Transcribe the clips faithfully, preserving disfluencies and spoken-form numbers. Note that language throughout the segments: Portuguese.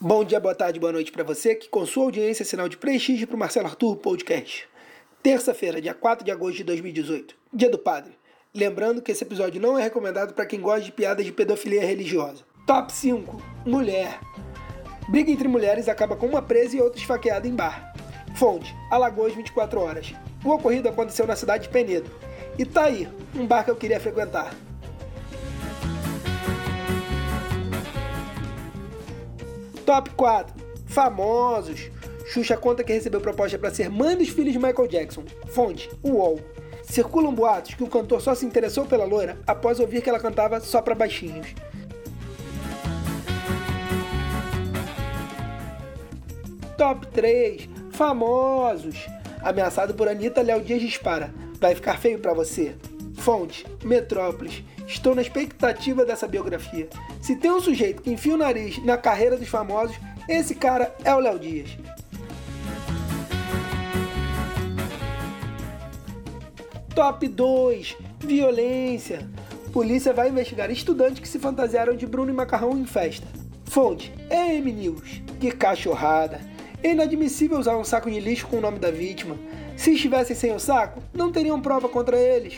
Bom dia, boa tarde, boa noite para você que com sua audiência é sinal de prestígio para o Marcelo Arthur Podcast. Terça-feira, dia quatro de agosto de dois mil e dezoito, dia do padre. Lembrando que esse episódio não é recomendado para quem gosta de piadas de pedofilia religiosa. Top cinco. Mulher. Briga entre mulheres acaba com uma presa e outra esfaqueada em bar. Fonte, Alagoas vinte e quatro horas. O ocorrido aconteceu na cidade de Penedo. E tá aí, um bar que eu queria frequentar. Top quatro. Famosos. Xuxa conta que recebeu proposta para ser mãe dos filhos de Michael Jackson. Fonte, U O L. Circulam boatos que o cantor só se interessou pela loira após ouvir que ela cantava só para baixinhos. Top três. Famosos. Ameaçado por Anitta, Léo Dias dispara. Vai ficar feio pra você. Fonte, Metrópolis. Estou na expectativa dessa biografia. Se tem um sujeito que enfia o nariz na carreira dos famosos, esse cara é o Léo Dias. Top dois. Violência. Polícia vai investigar estudantes que se fantasiaram de Bruno e Macarrão em festa. Fonte, E M News. Que cachorrada. É inadmissível usar um saco de lixo com o nome da vítima. Se estivessem sem o saco, não teriam prova contra eles.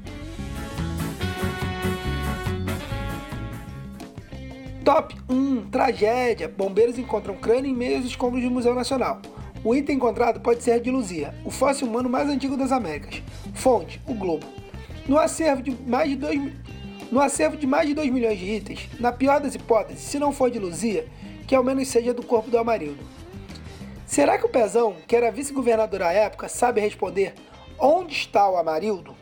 Top um. Tragédia. Bombeiros encontram crânio em meio aos escombros do Museu Nacional. O item encontrado pode ser de Luzia, o fóssil humano mais antigo das Américas. Fonte, O Globo. No acervo de mais de dois, no acervo de mais de dois milhões de itens, na pior das hipóteses, se não for de Luzia, que ao menos seja do corpo do Amarildo. Será que o Pezão, que era vice-governador à época, sabe responder onde está o Amarildo?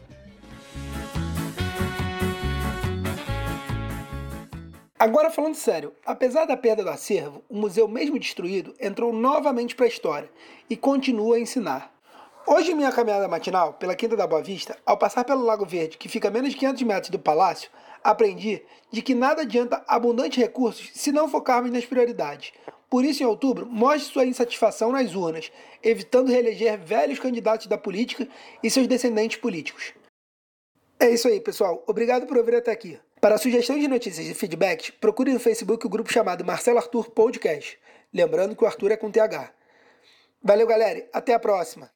Agora falando sério, apesar da perda do acervo, o museu mesmo destruído entrou novamente para a história e continua a ensinar. Hoje em minha caminhada matinal pela Quinta da Boa Vista, ao passar pelo Lago Verde, que fica a menos de quinhentos metros do palácio, aprendi de que nada adianta abundantes recursos se não focarmos nas prioridades. Por isso, em outubro, mostre sua insatisfação nas urnas, evitando reeleger velhos candidatos da política e seus descendentes políticos. É isso aí, pessoal. Obrigado por ouvir até aqui. Para sugestões de notícias e feedbacks, procure no Facebook o grupo chamado Marcelo Arthur Podcast. Lembrando que o Arthur é com T H. Valeu, galera. Até a próxima.